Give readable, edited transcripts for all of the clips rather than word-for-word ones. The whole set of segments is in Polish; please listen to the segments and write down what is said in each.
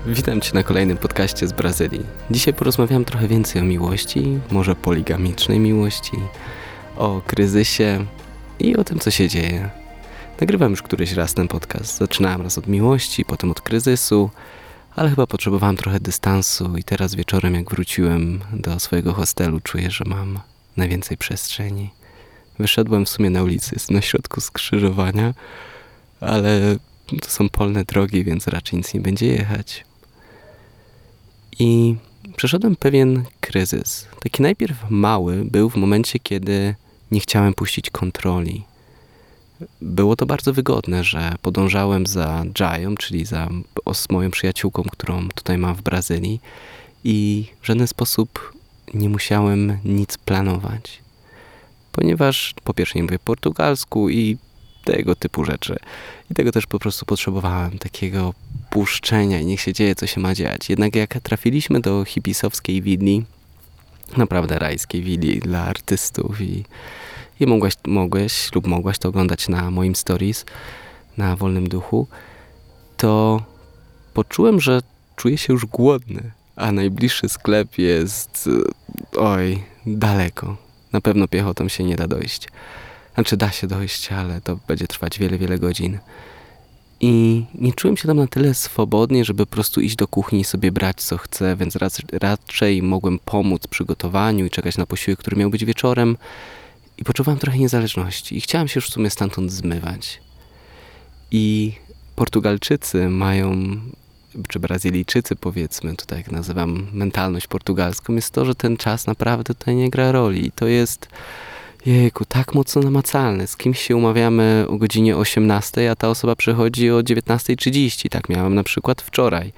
Witam Cię na kolejnym podcaście z Brazylii. Dzisiaj porozmawiam trochę więcej o miłości, może poligamicznej miłości, o kryzysie i o tym, co się dzieje. Nagrywam już któryś raz ten podcast. Zaczynałem raz od miłości, potem od kryzysu, ale chyba potrzebowałem trochę dystansu i teraz wieczorem, jak wróciłem do swojego hostelu, czuję, że mam najwięcej przestrzeni. Wyszedłem w sumie na ulicy, jestem na środku skrzyżowania, ale to są polne drogi, więc raczej nic nie będzie jechać. I przeszedłem pewien kryzys. Taki najpierw mały był w momencie, kiedy nie chciałem puścić kontroli. Było to bardzo wygodne, że podążałem za Jają, czyli za moją przyjaciółką, którą tutaj mam w Brazylii i w żaden sposób nie musiałem nic planować. Ponieważ po pierwsze nie mówię portugalsku i tego typu rzeczy. I tego też po prostu potrzebowałem, takiego puszczenia i niech się dzieje, co się ma dziać. Jednak jak trafiliśmy do hipisowskiej willi, naprawdę rajskiej willi dla artystów i mogłaś to oglądać na moim stories, na Wolnym Duchu, to poczułem, że czuję się już głodny, a najbliższy sklep jest, daleko. Na pewno piechotą się nie da dojść. Znaczy da się dojść, ale to będzie trwać wiele, wiele godzin. I nie czułem się tam na tyle swobodnie, żeby po prostu iść do kuchni i sobie brać co chcę, więc raczej mogłem pomóc w przygotowaniu i czekać na posiłek, który miał być wieczorem. I poczuwałem trochę niezależności i chciałem się już w sumie stamtąd zmywać. I Portugalczycy mają, czy Brazylijczycy powiedzmy, tutaj jak nazywam mentalność portugalską, jest to, że ten czas naprawdę tutaj nie gra roli. I to jest... Jejku, tak mocno namacalne. Z kimś się umawiamy o godzinie 18, a ta osoba przychodzi o 19:30. Tak miałem na przykład wczoraj.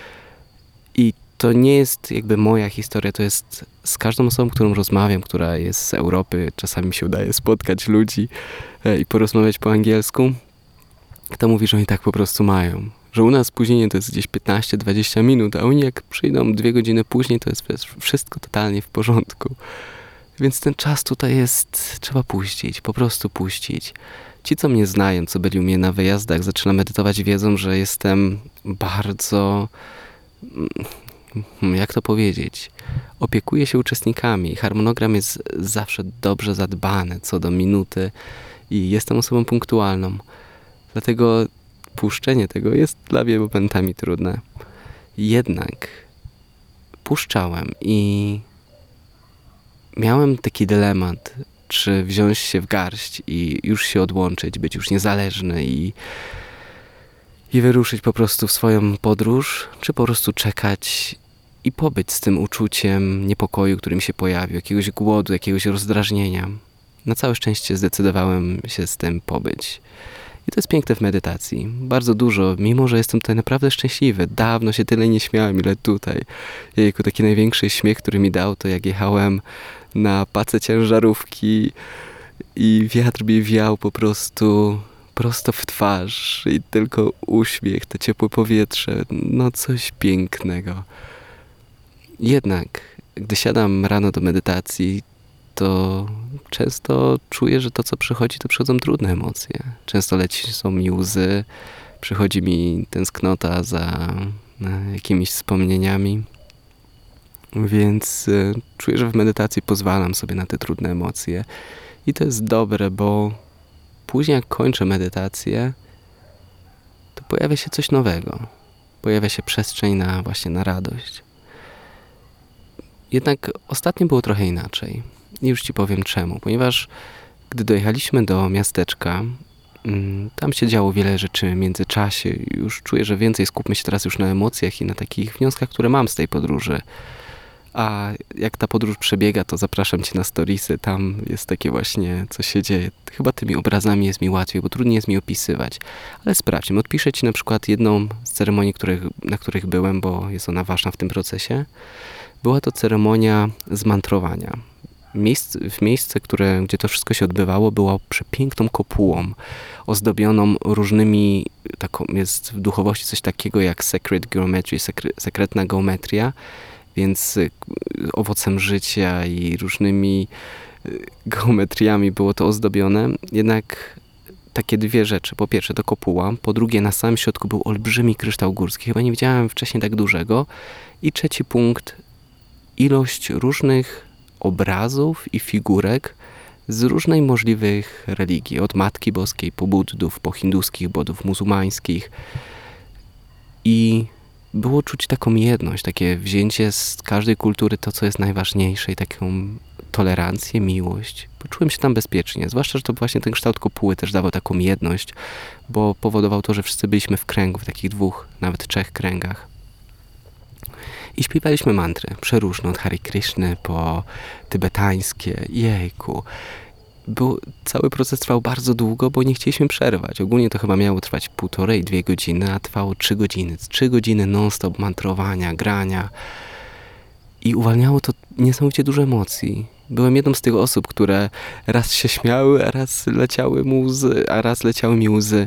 I to nie jest jakby moja historia, to jest z każdą osobą, którą rozmawiam, która jest z Europy. Czasami mi się udaje spotkać ludzi i porozmawiać po angielsku. Kto mówi, że oni tak po prostu mają. Że u nas spóźnienie to jest gdzieś 15-20 minut, a oni jak przyjdą 2 godziny później, to jest wszystko totalnie w porządku. Więc ten czas tutaj jest, trzeba puścić, po prostu puścić. Ci, co mnie znają, co byli u mnie na wyjazdach, zaczyna medytować, wiedzą, że jestem bardzo, jak to powiedzieć, opiekuję się uczestnikami. Harmonogram jest zawsze dobrze zadbany co do minuty i jestem osobą punktualną. Dlatego puszczenie tego jest dla mnie momentami trudne. Jednak puszczałem i miałem taki dylemat, czy wziąć się w garść i już się odłączyć, być już niezależny i wyruszyć po prostu w swoją podróż, czy po prostu czekać i pobyć z tym uczuciem niepokoju, który mi się pojawił, jakiegoś głodu, jakiegoś rozdrażnienia. Na całe szczęście zdecydowałem się z tym pobyć. I to jest piękne w medytacji. Bardzo dużo, mimo że jestem tutaj naprawdę szczęśliwy. Dawno się tyle nie śmiałem, ile tutaj. Jejku, taki największy śmiech, który mi dał, to jak jechałem na pace ciężarówki i wiatr mi wiał po prostu prosto w twarz i tylko uśmiech, to ciepłe powietrze, no coś pięknego. Jednak, gdy siadam rano do medytacji, to często czuję, że to, co przychodzi, to przychodzą trudne emocje. Często są mi łzy, przychodzi mi tęsknota za jakimiś wspomnieniami. Więc czuję, że w medytacji pozwalam sobie na te trudne emocje. I to jest dobre, bo później jak kończę medytację, to pojawia się coś nowego. Pojawia się przestrzeń na radość. Jednak ostatnio było trochę inaczej. I już Ci powiem czemu. Ponieważ gdy dojechaliśmy do miasteczka, tam się działo wiele rzeczy w międzyczasie. Już czuję, że więcej skupmy się teraz już na emocjach i na takich wnioskach, które mam z tej podróży. A jak ta podróż przebiega, to zapraszam Cię na storiesy. Tam jest takie właśnie, co się dzieje. Chyba tymi obrazami jest mi łatwiej, bo trudniej jest mi opisywać. Ale sprawdźmy. Odpiszę Ci na przykład jedną z ceremonii, na których byłem, bo jest ona ważna w tym procesie. Była to ceremonia zmantrowania. Miejsce, gdzie to wszystko się odbywało, było przepiękną kopułą, ozdobioną różnymi, jest w duchowości coś takiego jak sacred geometry, sekretna geometria, więc owocem życia i różnymi geometriami było to ozdobione. Jednak takie dwie rzeczy. Po pierwsze to kopuła, po drugie na samym środku był olbrzymi kryształ górski. Chyba nie widziałem wcześniej tak dużego. I trzeci punkt, ilość różnych obrazów i figurek z różnej możliwych religii. Od Matki Boskiej, po buddów, po hinduskich bodów muzułmańskich. I było czuć taką jedność, takie wzięcie z każdej kultury to, co jest najważniejsze i taką tolerancję, miłość. Poczułem się tam bezpiecznie, zwłaszcza, że to właśnie ten kształt kopuły też dawał taką jedność, bo powodował to, że wszyscy byliśmy w kręgu, w takich 2, nawet 3 kręgach. I śpiewaliśmy mantry, przeróżne, od Hare Krishny po tybetańskie, jejku. Cały proces trwał bardzo długo, bo nie chcieliśmy przerwać. Ogólnie to chyba miało trwać 1,5–2 godziny, a trwało 3 godziny. 3 godziny non-stop mantrowania, grania. I uwalniało to niesamowicie dużo emocji. Byłem jedną z tych osób, które raz się śmiały, a raz leciały mi łzy.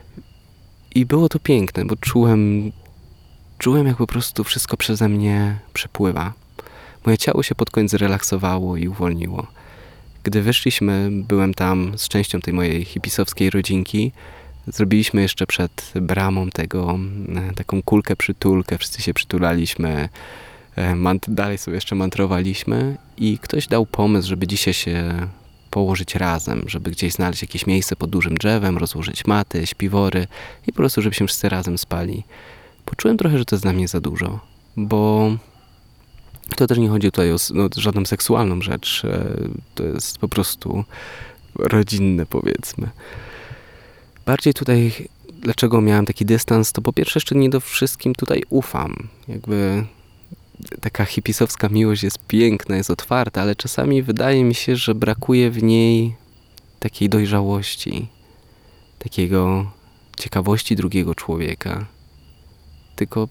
I było to piękne, bo czułem jak po prostu wszystko przeze mnie przepływa. Moje ciało się pod koniec zrelaksowało i uwolniło. Gdy wyszliśmy, byłem tam z częścią tej mojej hipisowskiej rodzinki. Zrobiliśmy jeszcze przed bramą taką kulkę przytulkę. Wszyscy się przytulaliśmy. Dalej sobie jeszcze mantrowaliśmy. I ktoś dał pomysł, żeby dzisiaj się położyć razem. Żeby gdzieś znaleźć jakieś miejsce pod dużym drzewem, rozłożyć maty, śpiwory i po prostu, żebyśmy wszyscy razem spali. Poczułem trochę, że to jest dla mnie za dużo. Bo to też nie chodzi tutaj o żadną seksualną rzecz. To jest po prostu rodzinne, powiedzmy. Bardziej tutaj, dlaczego miałem taki dystans, to po pierwsze jeszcze nie do wszystkim tutaj ufam. Jakby taka hipisowska miłość jest piękna, jest otwarta, ale czasami wydaje mi się, że brakuje w niej takiej dojrzałości, takiego ciekawości drugiego człowieka. Tylko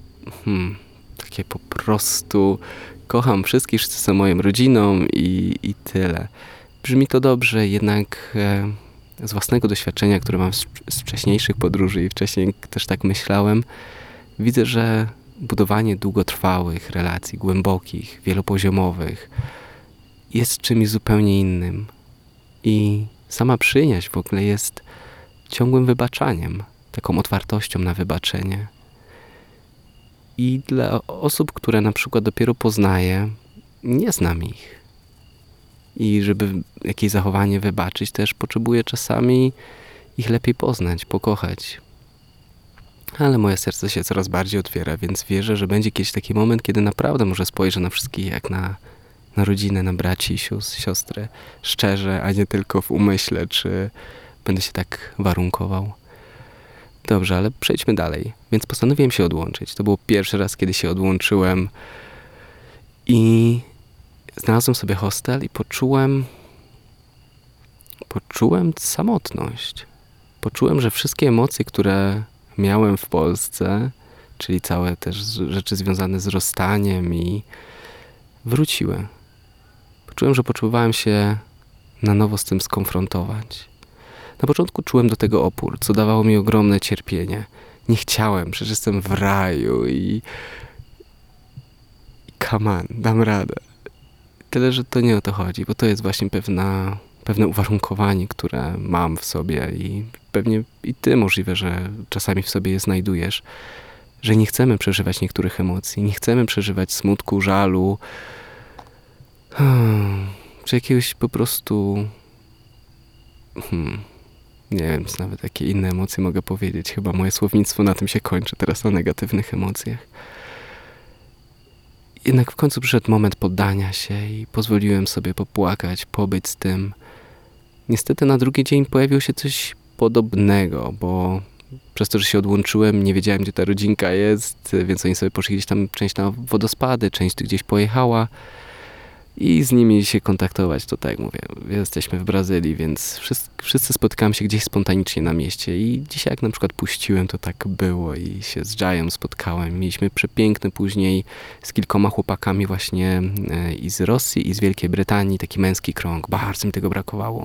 takie po prostu kocham wszystkich, wszyscy są moją rodziną i tyle. Brzmi to dobrze, jednak z własnego doświadczenia, które mam z wcześniejszych podróży i wcześniej też tak myślałem, widzę, że budowanie długotrwałych relacji, głębokich, wielopoziomowych jest czymś zupełnie innym. I sama przyjaźń w ogóle jest ciągłym wybaczaniem, taką otwartością na wybaczenie. I dla osób, które na przykład dopiero poznaję, nie znam ich. I żeby jakieś zachowanie wybaczyć, też potrzebuję czasami ich lepiej poznać, pokochać. Ale moje serce się coraz bardziej otwiera, więc wierzę, że będzie kiedyś taki moment, kiedy naprawdę może spojrzę na wszystkich jak na rodzinę, na braci i siostry, szczerze, a nie tylko w umyśle, czy będę się tak warunkował. Dobrze, ale przejdźmy dalej. Więc postanowiłem się odłączyć. To był pierwszy raz, kiedy się odłączyłem i znalazłem sobie hostel i poczułem samotność. Poczułem, że wszystkie emocje, które miałem w Polsce, czyli całe też rzeczy związane z rozstaniem i wróciły. Poczułem, że potrzebowałem się na nowo z tym skonfrontować. Na początku czułem do tego opór, co dawało mi ogromne cierpienie. Nie chciałem, przecież jestem w raju i come on, dam radę. Tyle, że to nie o to chodzi, bo to jest właśnie pewne uwarunkowanie, które mam w sobie i pewnie i ty możliwe, że czasami w sobie je znajdujesz, że nie chcemy przeżywać niektórych emocji, nie chcemy przeżywać smutku, żalu, czy jakiegoś po prostu nie wiem, nawet jakie inne emocje mogę powiedzieć. Chyba moje słownictwo na tym się kończy teraz, na negatywnych emocjach. Jednak w końcu przyszedł moment poddania się i pozwoliłem sobie popłakać, pobyć z tym. Niestety na drugi dzień pojawiło się coś podobnego, bo przez to, że się odłączyłem, nie wiedziałem, gdzie ta rodzinka jest, więc oni sobie poszli gdzieś tam, część na wodospady, część tu gdzieś pojechała. I z nimi się kontaktować, to tak jak mówię, jesteśmy w Brazylii, więc wszyscy spotykamy się gdzieś spontanicznie na mieście i dzisiaj jak na przykład puściłem, to tak było i się z Jajem spotkałem. Mieliśmy przepiękny później z kilkoma chłopakami właśnie i z Rosji i z Wielkiej Brytanii taki męski krąg. Bardzo mi tego brakowało.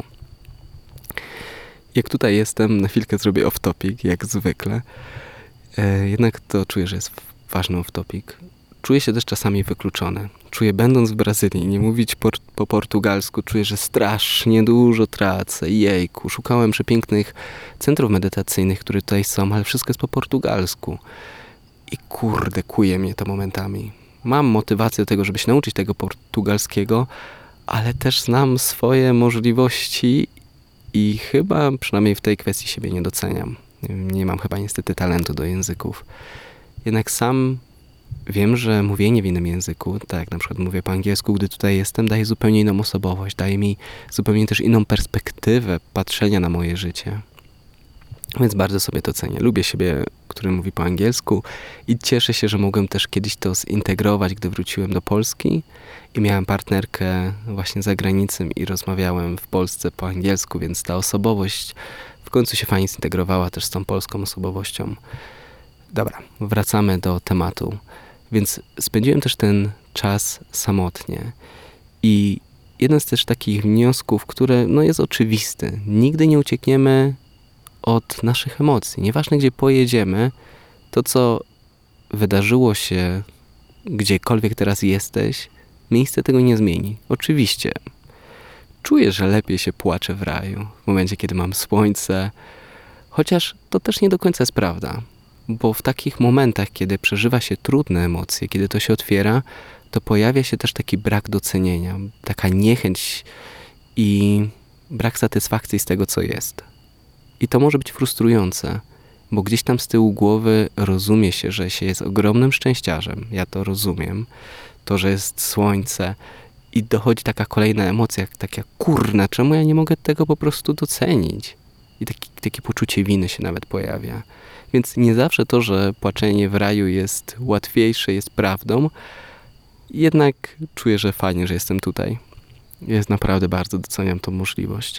Jak tutaj jestem, na chwilkę zrobię off-topic, jak zwykle. Jednak to czuję, że jest ważny off-topic. czuję się też czasami wykluczony. Czuję, będąc w Brazylii, nie mówić po portugalsku, czuję, że strasznie dużo tracę. Jejku, szukałem przepięknych centrów medytacyjnych, które tutaj są, ale wszystko jest po portugalsku. I kurde, kuje mnie to momentami. Mam motywację do tego, żeby się nauczyć tego portugalskiego, ale też znam swoje możliwości i chyba przynajmniej w tej kwestii siebie nie doceniam. Nie mam chyba niestety talentu do języków. Jednak sam wiem, że mówienie w innym języku, tak jak na przykład mówię po angielsku, gdy tutaj jestem, daje zupełnie inną osobowość, daje mi zupełnie też inną perspektywę patrzenia na moje życie. Więc bardzo sobie to cenię. Lubię siebie, który mówi po angielsku i cieszę się, że mogłem też kiedyś to zintegrować, gdy wróciłem do Polski i miałem partnerkę właśnie za granicą i rozmawiałem w Polsce po angielsku, więc ta osobowość w końcu się fajnie zintegrowała też z tą polską osobowością. Dobra, wracamy do tematu. Więc spędziłem też ten czas samotnie i jeden z też takich wniosków, które jest oczywisty. Nigdy nie uciekniemy od naszych emocji. Nieważne, gdzie pojedziemy, to co wydarzyło się, gdziekolwiek teraz jesteś, miejsce tego nie zmieni. Oczywiście. Czuję, że lepiej się płacze w raju, w momencie, kiedy mam słońce, chociaż to też nie do końca jest prawda. Bo w takich momentach, kiedy przeżywa się trudne emocje, kiedy to się otwiera, to pojawia się też taki brak docenienia, taka niechęć i brak satysfakcji z tego, co jest. I to może być frustrujące, bo gdzieś tam z tyłu głowy rozumie się, że się jest ogromnym szczęściarzem. Ja to rozumiem. To, że jest słońce i dochodzi taka kolejna emocja, taka kurna, czemu ja nie mogę tego po prostu docenić? I takie poczucie winy się nawet pojawia. Więc nie zawsze to, że płaczenie w raju jest łatwiejsze, jest prawdą. Jednak czuję, że fajnie, że jestem tutaj. Jest naprawdę bardzo doceniam tą możliwość.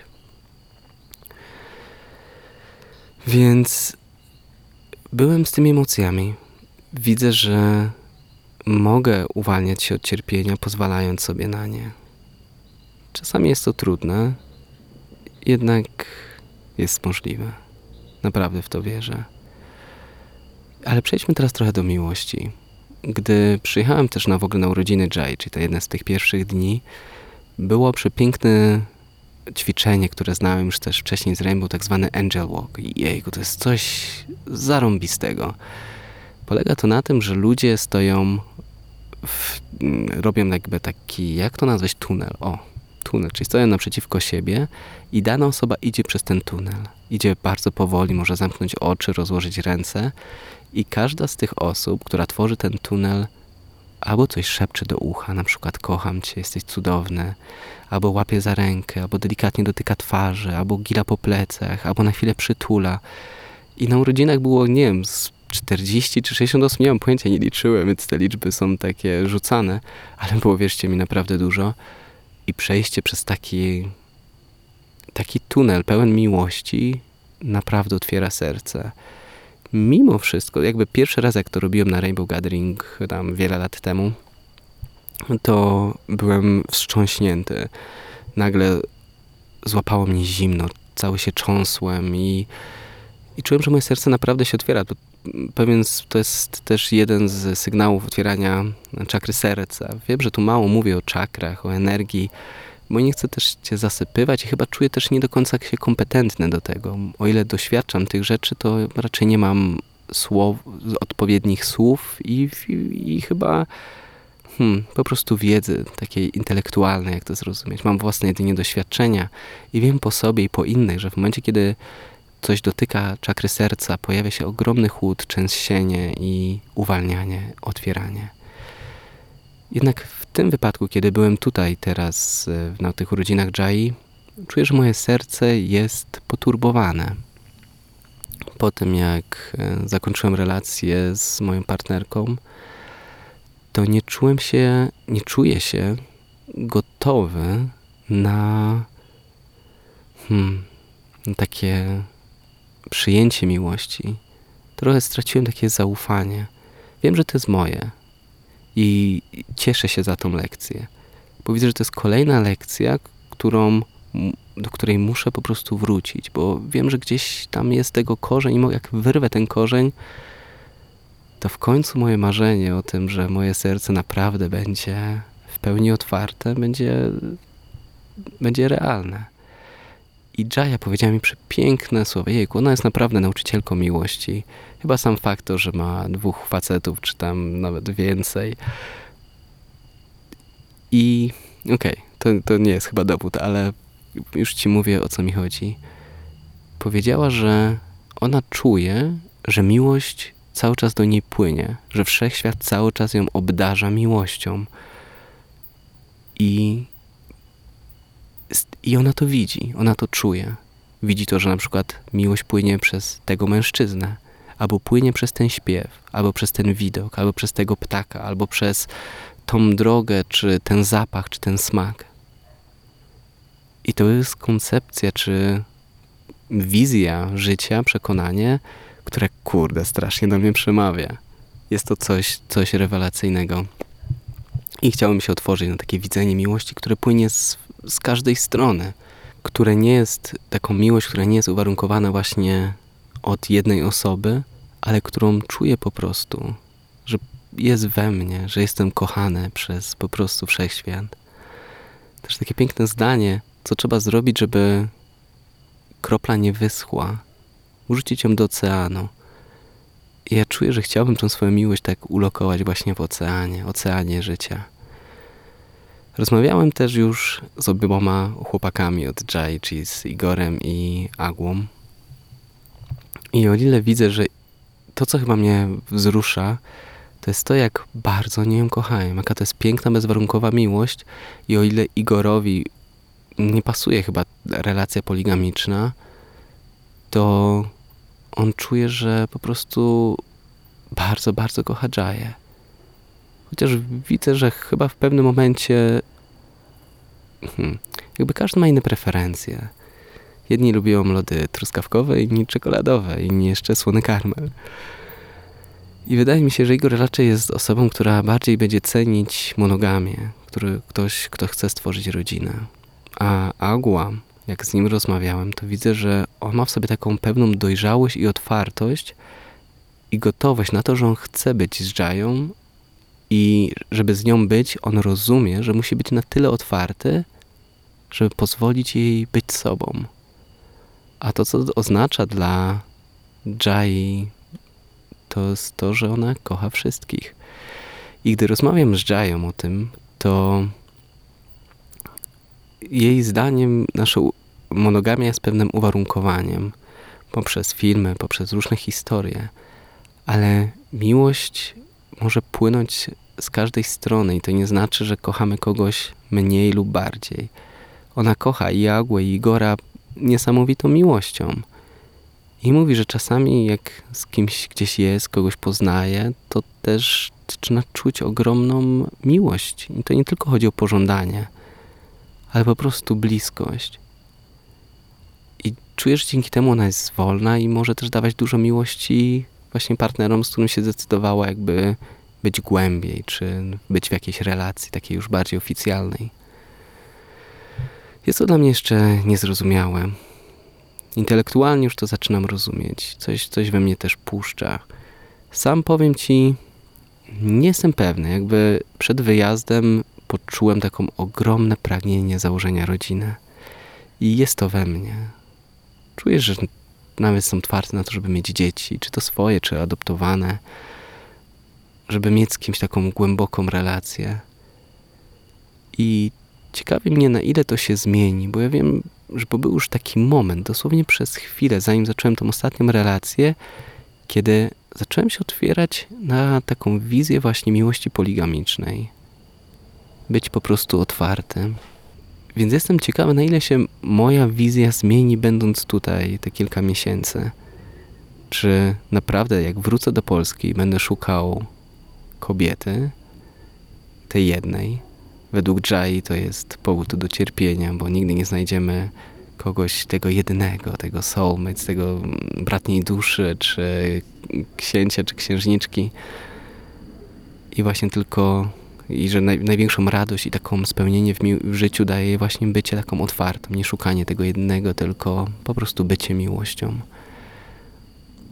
Więc byłem z tymi emocjami. Widzę, że mogę uwalniać się od cierpienia, pozwalając sobie na nie. Czasami jest to trudne, jednak jest możliwe. Naprawdę w to wierzę. Ale przejdźmy teraz trochę do miłości. Gdy przyjechałem też w ogóle na urodziny Jai, czyli to jedne z tych pierwszych dni, było przepiękne ćwiczenie, które znałem już też wcześniej z Rainbow, tak zwany Angel Walk. Jejku, to jest coś zarąbistego. Polega to na tym, że ludzie stoją, robią jakby taki, jak to nazwać, tunel. Tunel, czyli stoją naprzeciwko siebie i dana osoba idzie przez ten tunel. Idzie bardzo powoli, może zamknąć oczy, rozłożyć ręce i każda z tych osób, która tworzy ten tunel, albo coś szepcze do ucha, na przykład kocham cię, jesteś cudowny, albo łapie za rękę, albo delikatnie dotyka twarzy, albo gila po plecach, albo na chwilę przytula. I na urodzinach było, nie wiem, z 40 czy 60 osób, nie mam pojęcia, nie liczyłem, więc te liczby są takie rzucane, ale było, wierzcie mi, naprawdę dużo. I przejście przez taki tunel pełen miłości naprawdę otwiera serce. Mimo wszystko, jakby pierwszy raz jak to robiłem na Rainbow Gathering tam wiele lat temu, to byłem wstrząśnięty. Nagle złapało mnie zimno, cały się trząsłem i czułem, że moje serce naprawdę się otwiera. To jest też jeden z sygnałów otwierania czakry serca. Wiem, że tu mało mówię o czakrach, o energii, bo nie chcę też cię zasypywać i chyba czuję też nie do końca się kompetentny do tego. O ile doświadczam tych rzeczy, to raczej nie mam odpowiednich słów i chyba po prostu wiedzy takiej intelektualnej, jak to zrozumieć. Mam własne jedynie doświadczenia i wiem po sobie i po innych, że w momencie, kiedy coś dotyka czakry serca, pojawia się ogromny chłód, trzęsienie i uwalnianie, otwieranie. Jednak w tym wypadku, kiedy byłem tutaj teraz na tych urodzinach Jai, czuję, że moje serce jest poturbowane. Po tym, jak zakończyłem relację z moją partnerką, to nie czuję się gotowy na takie przyjęcie miłości. Trochę straciłem takie zaufanie. Wiem, że to jest moje i cieszę się za tą lekcję, bo widzę, że to jest kolejna lekcja, do której muszę po prostu wrócić, bo wiem, że gdzieś tam jest tego korzeń i jak wyrwę ten korzeń, to w końcu moje marzenie o tym, że moje serce naprawdę będzie w pełni otwarte, będzie realne. I Jaya powiedziała mi przepiękne słowa. Jejku, ona jest naprawdę nauczycielką miłości. Chyba sam fakt to, że ma 2 facetów, czy tam nawet więcej. I okej, to nie jest chyba dowód, ale już ci mówię, o co mi chodzi. Powiedziała, że ona czuje, że miłość cały czas do niej płynie, że wszechświat cały czas ją obdarza miłością. I ona to widzi, ona to czuje. Widzi to, że na przykład miłość płynie przez tego mężczyznę, albo płynie przez ten śpiew, albo przez ten widok, albo przez tego ptaka, albo przez tą drogę, czy ten zapach, czy ten smak. I to jest koncepcja, czy wizja życia, przekonanie, które, kurde, strasznie do mnie przemawia. Jest to coś rewelacyjnego. I chciałem się otworzyć na takie widzenie miłości, które płynie z każdej strony. Które nie jest taką miłość, która nie jest uwarunkowana właśnie od jednej osoby, ale którą czuję po prostu, że jest we mnie, że jestem kochany przez po prostu wszechświat. Też takie piękne zdanie, co trzeba zrobić, żeby kropla nie wyschła. Wrzucić ją do oceanu. I ja czuję, że chciałbym tą swoją miłość tak ulokować właśnie w oceanie życia. Rozmawiałem też już z obiema chłopakami od Jai, czyli z Igorem i Agłą. I o ile widzę, że to, co chyba mnie wzrusza, to jest to, jak bardzo oni ją kochają. Jaka to jest piękna, bezwarunkowa miłość. I o ile Igorowi nie pasuje chyba relacja poligamiczna, to on czuje, że po prostu bardzo, bardzo kocha Jaję. Chociaż widzę, że chyba w pewnym momencie jakby każdy ma inne preferencje. Jedni lubią lody truskawkowe, inni czekoladowe, inni jeszcze słony karmel. I wydaje mi się, że Igor raczej jest osobą, która bardziej będzie cenić monogamię, ktoś, kto chce stworzyć rodzinę. A Agła, jak z nim rozmawiałem, to widzę, że on ma w sobie taką pewną dojrzałość i otwartość i gotowość na to, że on chce być z Jają i żeby z nią być, on rozumie, że musi być na tyle otwarty, żeby pozwolić jej być sobą. A to, co oznacza dla Jai, to jest to, że ona kocha wszystkich. I gdy rozmawiam z Jają o tym, to jej zdaniem nasza monogamia jest pewnym uwarunkowaniem poprzez filmy, poprzez różne historie, ale miłość może płynąć z każdej strony i to nie znaczy, że kochamy kogoś mniej lub bardziej. Ona kocha i Agłę, i Igora niesamowitą miłością. I mówi, że czasami jak z kimś gdzieś jest, kogoś poznaje, to też zaczyna czuć ogromną miłość. I to nie tylko chodzi o pożądanie, ale po prostu bliskość. I czujesz, że dzięki temu ona jest wolna i może też dawać dużo miłości właśnie partnerom, z którym się zdecydowała jakby być głębiej, czy być w jakiejś relacji takiej już bardziej oficjalnej. Jest to dla mnie jeszcze niezrozumiałe. Intelektualnie już to zaczynam rozumieć. Coś we mnie też puszcza. Sam powiem ci, nie jestem pewny. Jakby przed wyjazdem poczułem taką ogromne pragnienie założenia rodziny. I jest to we mnie. Czuję, że nawet jestem otwarty na to, żeby mieć dzieci. Czy to swoje, czy adoptowane. Żeby mieć z kimś taką głęboką relację. I ciekawi mnie, na ile to się zmieni, bo ja wiem, że był już taki moment, dosłownie przez chwilę, zanim zacząłem tą ostatnią relację, kiedy zacząłem się otwierać na taką wizję właśnie miłości poligamicznej. Być po prostu otwartym. Więc jestem ciekawy, na ile się moja wizja zmieni, będąc tutaj te kilka miesięcy. Czy naprawdę, jak wrócę do Polski, będę szukał kobiety, tej jednej. Według Jai to jest powód do cierpienia, bo nigdy nie znajdziemy kogoś tego jedynego, tego soulmate, tego bratniej duszy, czy księcia, czy księżniczki. I właśnie tylko, i że największą radość i taką spełnienie w życiu daje właśnie bycie taką otwartą, nie szukanie tego jednego, tylko po prostu bycie miłością.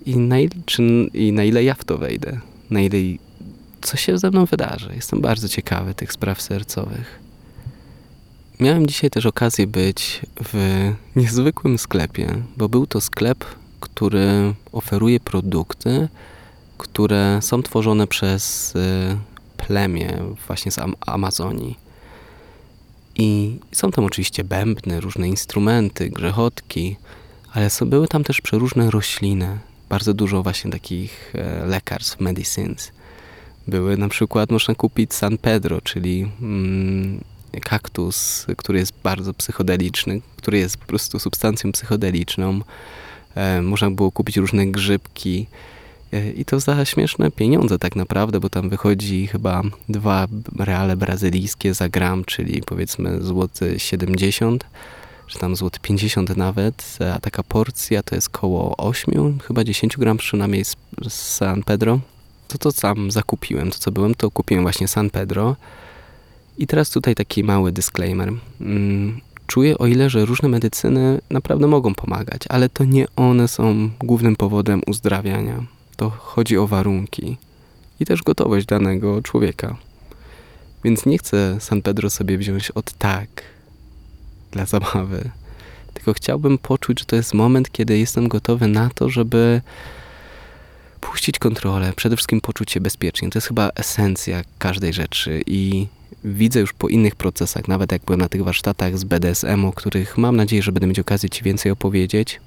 i na ile ja w to wejdę, na ile co się ze mną wydarzy. Jestem bardzo ciekawy tych spraw sercowych. Miałem dzisiaj też okazję być w niezwykłym sklepie, bo był to sklep, który oferuje produkty, które są tworzone przez plemię właśnie z Amazonii. I są tam oczywiście bębny, różne instrumenty, grzechotki, ale były tam też przeróżne rośliny. Bardzo dużo właśnie takich lekarstw, medicines. Były na przykład, można kupić San Pedro, czyli kaktus, który jest bardzo psychodeliczny, który jest po prostu substancją psychodeliczną. Można było kupić różne grzybki i to za śmieszne pieniądze tak naprawdę, bo tam wychodzi chyba 2 reale brazylijskie za gram, czyli powiedzmy złoty 70, czy tam złoty 50 nawet, a taka porcja to jest koło 8, chyba 10 gram przynajmniej z San Pedro. To sam zakupiłem, to co byłem, to kupiłem właśnie San Pedro. I teraz tutaj taki mały disclaimer. Czuję, o ile, że różne medycyny naprawdę mogą pomagać, ale to nie one są głównym powodem uzdrawiania. To chodzi o warunki i też gotowość danego człowieka. Więc nie chcę San Pedro sobie wziąć od tak, dla zabawy. Tylko chciałbym poczuć, że to jest moment, kiedy jestem gotowy na to, żeby puścić kontrolę, przede wszystkim poczuć się bezpiecznie. To jest chyba esencja każdej rzeczy i widzę już po innych procesach, nawet jak byłem na tych warsztatach z BDSM, o których mam nadzieję, że będę mieć okazję Ci więcej opowiedzieć,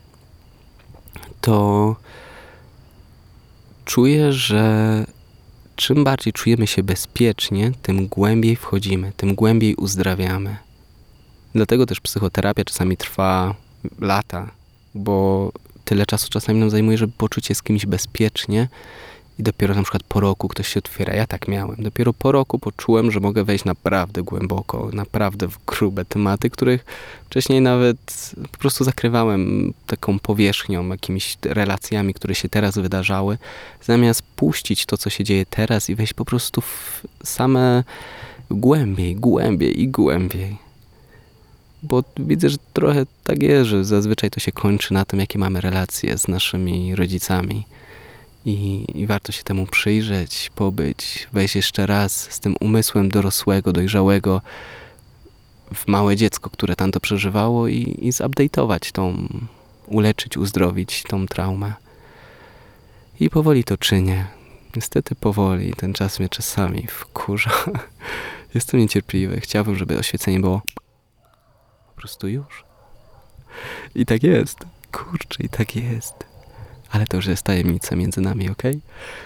to czuję, że czym bardziej czujemy się bezpiecznie, tym głębiej wchodzimy, tym głębiej uzdrawiamy. Dlatego też psychoterapia czasami trwa lata, bo tyle czasu czasami nam zajmuje, żeby poczuć się z kimś bezpiecznie i dopiero na przykład po roku ktoś się otwiera. Ja tak miałem. Dopiero po roku poczułem, że mogę wejść naprawdę głęboko, naprawdę w grube tematy, których wcześniej nawet po prostu zakrywałem taką powierzchnią, jakimiś relacjami, które się teraz wydarzały, zamiast puścić to, co się dzieje teraz i wejść po prostu w same głębiej. Bo widzę, że trochę tak jest, że zazwyczaj to się kończy na tym, jakie mamy relacje z naszymi rodzicami. I warto się temu przyjrzeć, pobyć, wejść jeszcze raz z tym umysłem dorosłego, dojrzałego w małe dziecko, które tam to przeżywało i zupdate'ować uleczyć, uzdrowić tą traumę. I powoli to czynię. Niestety powoli. Ten czas mnie czasami wkurza. Jestem niecierpliwy. Chciałbym, żeby oświecenie było po prostu już. I tak jest. Kurczę, i tak jest. Ale to już jest tajemnica między nami, okej?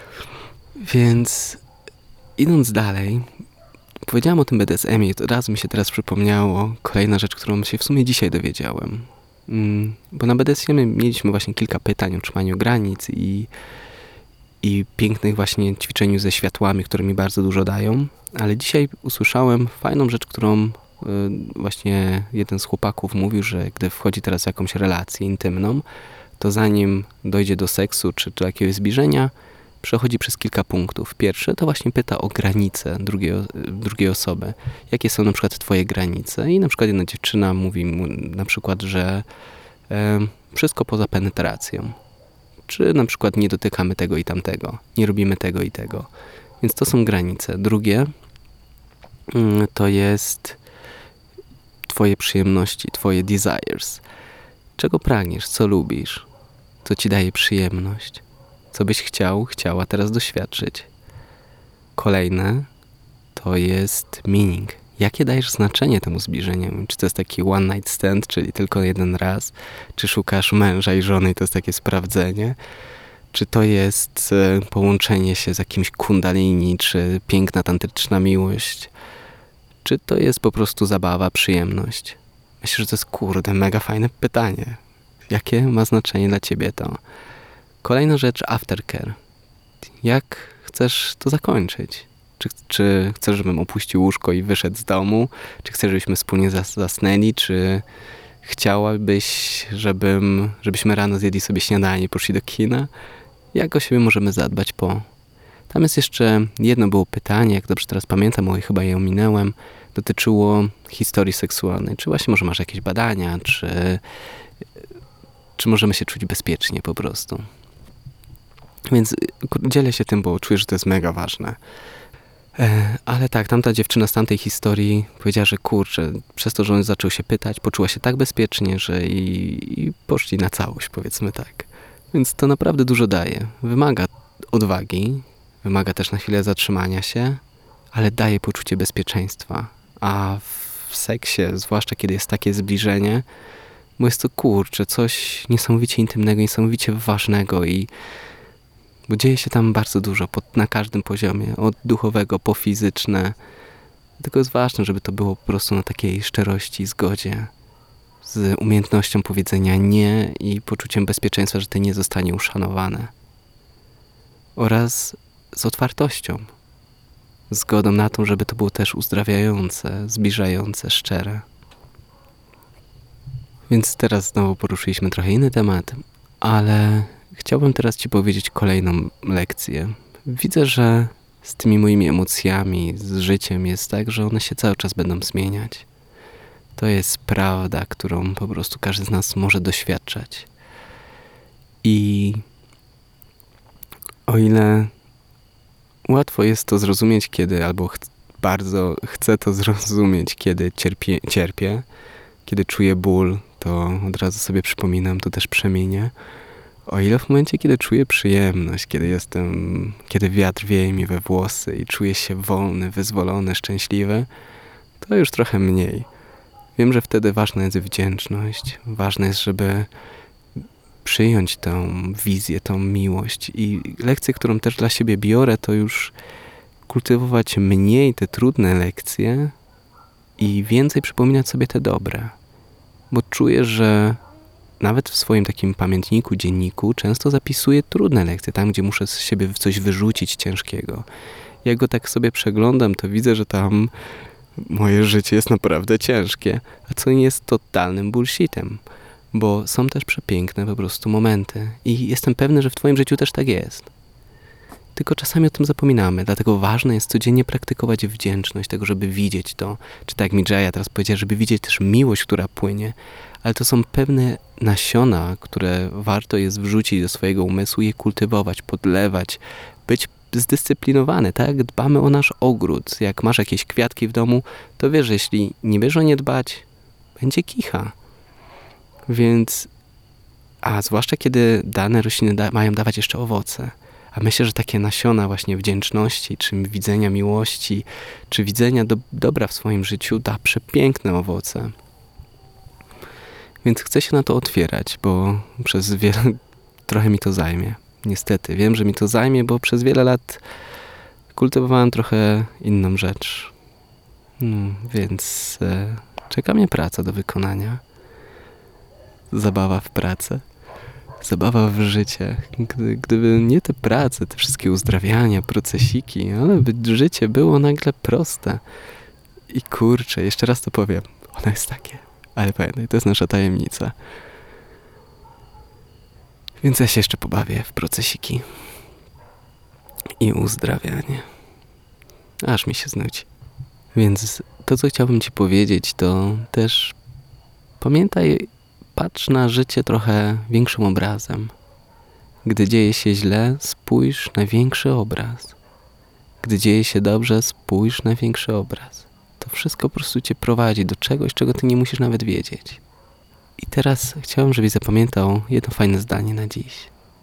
Więc idąc dalej, powiedziałem o tym BDSM-ie i to raz mi się teraz przypomniało kolejna rzecz, którą się w sumie dzisiaj dowiedziałem. Bo na BDSM-ie mieliśmy właśnie kilka pytań o trzymaniu granic i pięknych właśnie ćwiczeniu ze światłami, które mi bardzo dużo dają. Ale dzisiaj usłyszałem fajną rzecz, którą właśnie jeden z chłopaków mówił, że gdy wchodzi teraz w jakąś relację intymną, to zanim dojdzie do seksu czy do jakiegoś zbliżenia, przechodzi przez kilka punktów. Pierwszy to właśnie pyta o granice drugiej osoby. Jakie są na przykład twoje granice? I na przykład jedna dziewczyna mówi mu na przykład, że wszystko poza penetracją. Czy na przykład nie dotykamy tego i tamtego. Nie robimy tego i tego. Więc to są granice. Drugie to jest twoje przyjemności, twoje desires. Czego pragniesz, co lubisz, co ci daje przyjemność, co byś chciała teraz doświadczyć. Kolejne to jest meaning. Jakie dajesz znaczenie temu zbliżeniu? Czy to jest taki one night stand, czyli tylko jeden raz? Czy szukasz męża i żony i to jest takie sprawdzenie? Czy to jest połączenie się z jakimś kundalini, czy piękna tantryczna miłość? Czy to jest po prostu zabawa, przyjemność? Myślę, że to jest mega fajne pytanie. Jakie ma znaczenie dla ciebie to? Kolejna rzecz, aftercare. Jak chcesz to zakończyć? Czy chcesz, żebym opuścił łóżko i wyszedł z domu? Czy chcesz, żebyśmy wspólnie zasnęli? Czy chciałabyś, żebyśmy rano zjedli sobie śniadanie i poszli do kina? Jak o siebie możemy zadbać po? Tam jest jeszcze jedno było pytanie, jak dobrze teraz pamiętam, chyba je ominęłem, dotyczyło historii seksualnej. Czy właśnie może masz jakieś badania, czy możemy się czuć bezpiecznie po prostu? Więc dzielę się tym, bo czuję, że to jest mega ważne. Ale tak, tamta dziewczyna z tamtej historii powiedziała, że kurczę, przez to, że on zaczął się pytać, poczuła się tak bezpiecznie, że i poszli na całość, powiedzmy tak. Więc to naprawdę dużo daje. Wymaga odwagi, wymaga też na chwilę zatrzymania się, ale daje poczucie bezpieczeństwa. A w seksie, zwłaszcza kiedy jest takie zbliżenie, bo jest to kurczę, coś niesamowicie intymnego, niesamowicie ważnego bo dzieje się tam bardzo dużo, na każdym poziomie, od duchowego po fizyczne. Tylko jest ważne, żeby to było po prostu na takiej szczerości, zgodzie, z umiejętnością powiedzenia nie i poczuciem bezpieczeństwa, że to nie zostanie uszanowane. Oraz z otwartością, zgodą na to, żeby to było też uzdrawiające, zbliżające, szczere. Więc teraz znowu poruszyliśmy trochę inny temat, ale chciałbym teraz Ci powiedzieć kolejną lekcję. Widzę, że z tymi moimi emocjami, z życiem jest tak, że one się cały czas będą zmieniać. To jest prawda, którą po prostu każdy z nas może doświadczać. I o ile łatwo jest to zrozumieć, albo bardzo chcę to zrozumieć, kiedy cierpię, kiedy czuję ból, to od razu sobie przypominam, to też przemienię. O ile w momencie, kiedy czuję przyjemność, kiedy wiatr wieje mi we włosy i czuję się wolny, wyzwolony, szczęśliwy, to już trochę mniej. Wiem, że wtedy ważna jest wdzięczność. Ważne jest, żeby przyjąć tę wizję, tą miłość. I lekcję, którą też dla siebie biorę, to już kultywować mniej te trudne lekcje i więcej przypominać sobie te dobre. Bo czuję, że nawet w swoim takim pamiętniku, dzienniku często zapisuję trudne lekcje, tam gdzie muszę z siebie coś wyrzucić ciężkiego. Jak go tak sobie przeglądam, to widzę, że tam moje życie jest naprawdę ciężkie, a co nie jest totalnym bullshitem, bo są też przepiękne po prostu momenty i jestem pewny, że w Twoim życiu też tak jest. Tylko czasami o tym zapominamy, dlatego ważne jest codziennie praktykować wdzięczność tego, żeby widzieć to, czy tak jak mi Jaya teraz powiedziała, żeby widzieć też miłość, która płynie, ale to są pewne nasiona, które warto jest wrzucić do swojego umysłu, je kultywować, podlewać, być zdyscyplinowany, tak jak dbamy o nasz ogród. Jak masz jakieś kwiatki w domu, to wiesz, że jeśli nie będziesz o nie dbać, będzie kicha. Więc, a zwłaszcza kiedy dane rośliny mają dawać jeszcze owoce. A myślę, że takie nasiona właśnie wdzięczności, czy widzenia miłości, czy widzenia dobra w swoim życiu da przepiękne owoce. Więc chcę się na to otwierać, bo trochę mi to zajmie. Niestety, wiem, że mi to zajmie, bo przez wiele lat kultywowałem trochę inną rzecz. Więc czeka mnie praca do wykonania. Zabawa w pracę. Zabawa w życie. Gdyby nie te prace, te wszystkie uzdrawiania, procesiki, ale by życie było nagle proste. I kurczę, jeszcze raz to powiem, ono jest takie. Ale pamiętaj, to jest nasza tajemnica. Więc ja się jeszcze pobawię w procesiki. I uzdrawianie. Aż mi się znudzi. Więc to, co chciałbym Ci powiedzieć, to też pamiętaj, patrz na życie trochę większym obrazem. Gdy dzieje się źle, spójrz na większy obraz. Gdy dzieje się dobrze, spójrz na większy obraz. To wszystko po prostu Cię prowadzi do czegoś, czego Ty nie musisz nawet wiedzieć. I teraz chciałem, żebyś zapamiętał jedno fajne zdanie na dziś.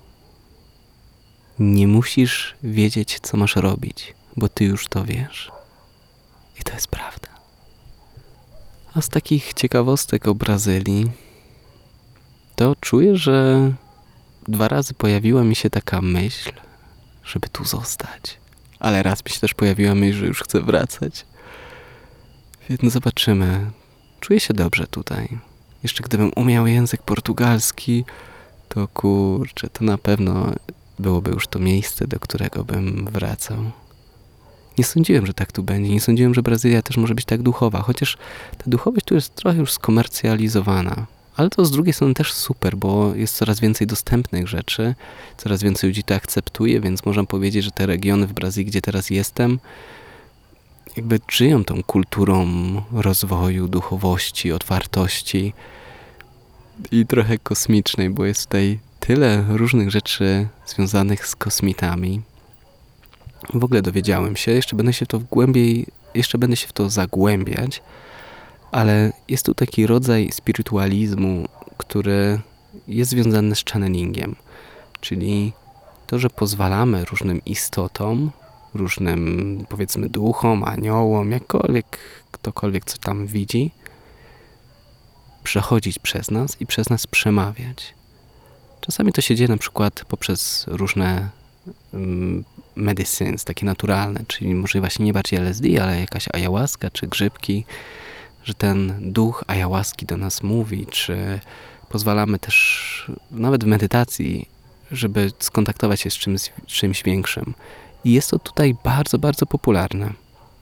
Nie musisz wiedzieć, co masz robić, bo Ty już to wiesz. I to jest prawda. A z takich ciekawostek o Brazylii, to czuję, że 2 razy pojawiła mi się taka myśl, żeby tu zostać. Ale raz mi się też pojawiła myśl, że już chcę wracać. Więc zobaczymy. Czuję się dobrze tutaj. Jeszcze gdybym umiał język portugalski, to kurczę, to na pewno byłoby już to miejsce, do którego bym wracał. Nie sądziłem, że tak tu będzie. Nie sądziłem, że Brazylia też może być tak duchowa. Chociaż ta duchowość tu jest trochę już skomercjalizowana. Ale to z drugiej strony też super, bo jest coraz więcej dostępnych rzeczy. Coraz więcej ludzi to akceptuje, więc można powiedzieć, że te regiony w Brazylii, gdzie teraz jestem, jakby żyją tą kulturą rozwoju, duchowości, otwartości i trochę kosmicznej, bo jest tutaj tyle różnych rzeczy związanych z kosmitami. W ogóle dowiedziałem się, jeszcze będę się w to zagłębiać, ale jest tu taki rodzaj spirytualizmu, który jest związany z channelingiem, czyli to, że pozwalamy różnym istotom, różnym, powiedzmy, duchom, aniołom, jakkolwiek, ktokolwiek co tam widzi, przechodzić przez nas i przez nas przemawiać. Czasami to się dzieje na przykład poprzez różne medicines, takie naturalne, czyli może właśnie nie bardziej LSD, ale jakaś ayahuasca czy grzybki, że ten duch ayahuaski do nas mówi, czy pozwalamy też nawet w medytacji, żeby skontaktować się z czymś większym. I jest to tutaj bardzo, bardzo popularne.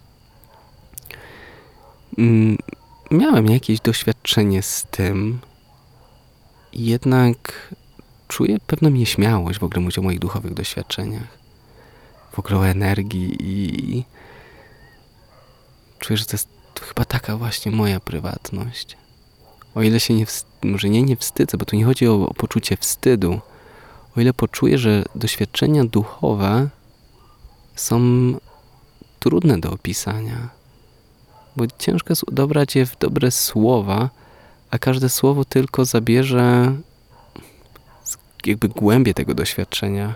Miałem jakieś doświadczenie z tym, jednak czuję pewną nieśmiałość w ogóle mówić o moich duchowych doświadczeniach. W ogóle o energii i czuję, że to jest chyba taka właśnie moja prywatność. O ile się może nie wstydzę, bo tu nie chodzi o poczucie wstydu, o ile poczuję, że doświadczenia duchowe są trudne do opisania, bo ciężko jest dobrać je w dobre słowa, a każde słowo tylko zabierze jakby głębię tego doświadczenia.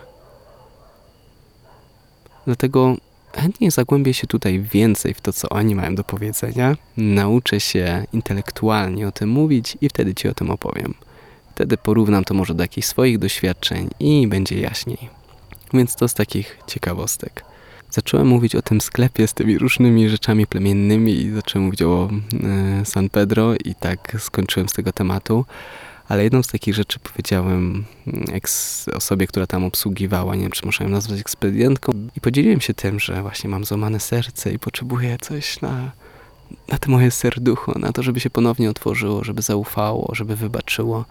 Dlatego chętnie zagłębię się tutaj więcej w to, co oni mają do powiedzenia. Nauczę się intelektualnie o tym mówić i wtedy Ci o tym opowiem. Wtedy porównam to może do jakichś swoich doświadczeń i będzie jaśniej. Więc to z takich ciekawostek. Zacząłem mówić o tym sklepie z tymi różnymi rzeczami plemiennymi i zacząłem mówić o San Pedro i tak skończyłem z tego tematu. Ale jedną z takich rzeczy powiedziałem osobie, która tam obsługiwała, nie wiem, czy można ją nazwać ekspedientką, i podzieliłem się tym, że właśnie mam złamane serce i potrzebuję coś na to moje serducho, na to, żeby się ponownie otworzyło, żeby zaufało, żeby wybaczyło.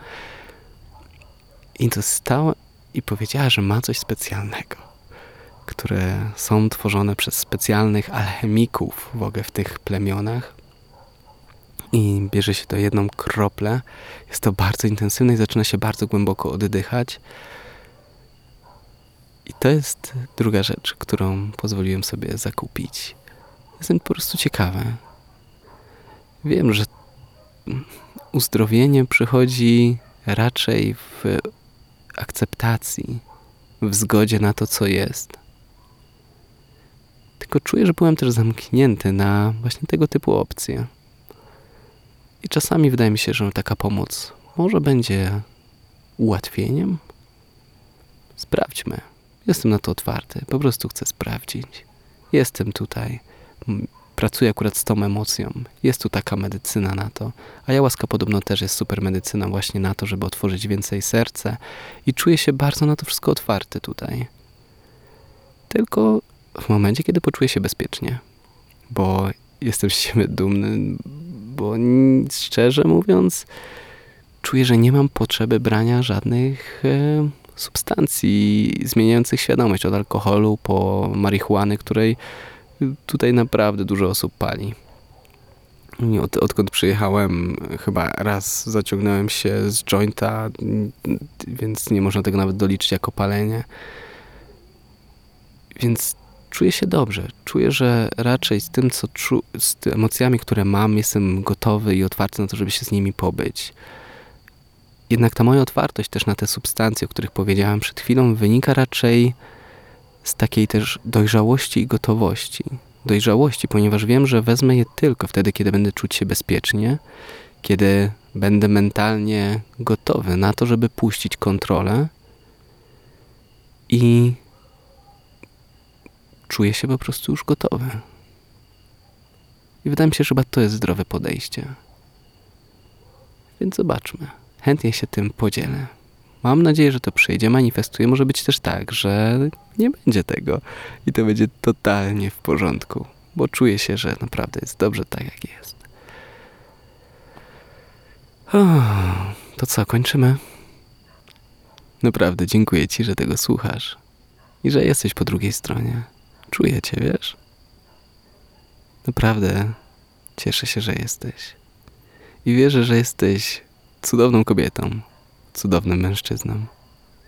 I dostała i powiedziała, że ma coś specjalnego, które są tworzone przez specjalnych alchemików w ogóle w tych plemionach. I bierze się to jedną kroplę. Jest to bardzo intensywne i zaczyna się bardzo głęboko oddychać. I to jest druga rzecz, którą pozwoliłem sobie zakupić. Jestem po prostu ciekawy. Wiem, że uzdrowienie przychodzi raczej w akceptacji, w zgodzie na to, co jest. Tylko czuję, że byłem też zamknięty na właśnie tego typu opcje. I czasami wydaje mi się, że taka pomoc może będzie ułatwieniem. Sprawdźmy. Jestem na to otwarty. Po prostu chcę sprawdzić. Jestem tutaj. Pracuję akurat z tą emocją. Jest tu taka medycyna na to. Ayahuasca podobno też jest super medycyną właśnie na to, żeby otworzyć więcej serce. I czuję się bardzo na to wszystko otwarty tutaj. Tylko w momencie, kiedy poczuję się bezpiecznie. Bo jestem z siebie dumny, bo szczerze mówiąc czuję, że nie mam potrzeby brania żadnych substancji zmieniających świadomość, od alkoholu po marihuany, której tutaj naprawdę dużo osób pali. Odkąd przyjechałem, chyba raz zaciągnąłem się z jointa, więc nie można tego nawet doliczyć jako palenie. Więc czuję się dobrze. Czuję, że raczej z tym, z tymi emocjami, które mam, jestem gotowy i otwarty na to, żeby się z nimi pobyć. Jednak ta moja otwartość też na te substancje, o których powiedziałem przed chwilą, wynika raczej z takiej też dojrzałości i gotowości. Dojrzałości, ponieważ wiem, że wezmę je tylko wtedy, kiedy będę czuć się bezpiecznie, kiedy będę mentalnie gotowy na to, żeby puścić kontrolę i czuję się po prostu już gotowy. I wydaje mi się, że chyba to jest zdrowe podejście. Więc zobaczmy. Chętnie się tym podzielę. Mam nadzieję, że to przyjdzie. Manifestuję. Może być też tak, że nie będzie tego. I to będzie totalnie w porządku. Bo czuję się, że naprawdę jest dobrze tak, jak jest. To co, kończymy? Naprawdę dziękuję Ci, że tego słuchasz. I że jesteś po drugiej stronie. Czuję Cię, wiesz? Naprawdę cieszę się, że jesteś. I wierzę, że jesteś cudowną kobietą, cudownym mężczyzną.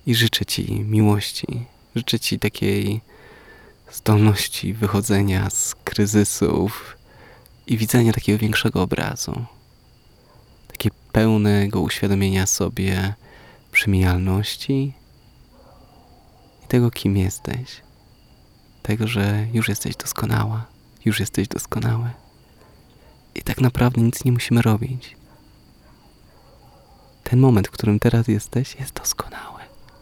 I życzę Ci miłości. Życzę Ci takiej zdolności wychodzenia z kryzysów i widzenia takiego większego obrazu. Takiego pełnego uświadomienia sobie przemijalności i tego, kim jesteś. Tego, że już jesteś doskonała, już jesteś doskonały. I tak naprawdę nic nie musimy robić. Ten moment, w którym teraz jesteś, jest doskonały.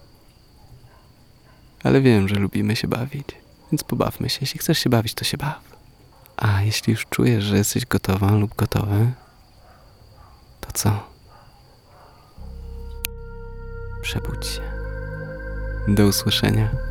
Ale wiem, że lubimy się bawić, więc pobawmy się. Jeśli chcesz się bawić, to się baw. A jeśli już czujesz, że jesteś gotowa lub gotowy, to co? Przebudź się. Do usłyszenia.